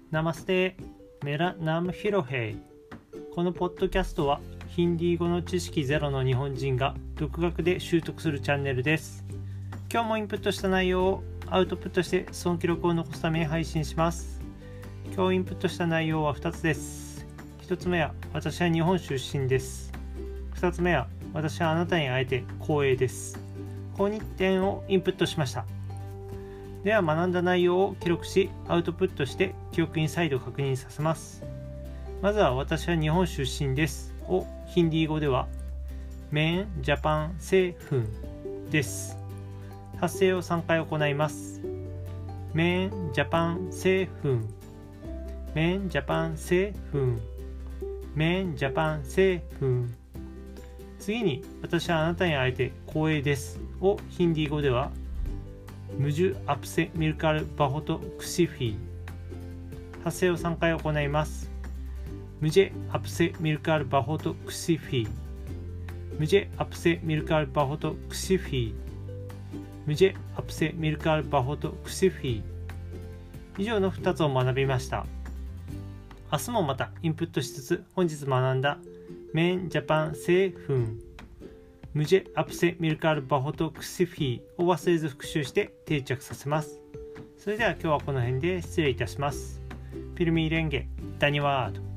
ナマステ、メラナムヒロヘイ。このポッドキャストはヒンディー語の知識ゼロの日本人が独学で習得するチャンネルです。今日もインプットした内容をアウトプットしてその記録を残すために配信します。今日インプットした内容は2つです。1つ目は私は日本出身です。2つ目は私はあなたに会えて光栄です。この2点をインプットしました。では学んだ内容を記録しアウトプットして記憶に再度確認させます。まずは私は日本出身ですをヒンディー語ではメンジャパンセフンです。発声を3回行います。メンジャパンセフン、メンジャパンセフン、メンジャパンセフン。次に私はあなたに会えて光栄ですをヒンディー語ではムジュアプセミルカルバホトクシフィー。発声を3回行います。ムジェアプセミルカルバホトクシフィー、ムジェアプセミルカルバホトクシフィー、ムジェアプセミルカルバホトクシフィー。以上の2つを学びました。明日もまたインプットしつつ本日学んだメンジャパンセフン、ムジェアプセミルカルバホトクシフィーを忘れず復習して定着させます。それでは今日はこの辺で失礼いたします。ピルミーレンゲ、ダニワード。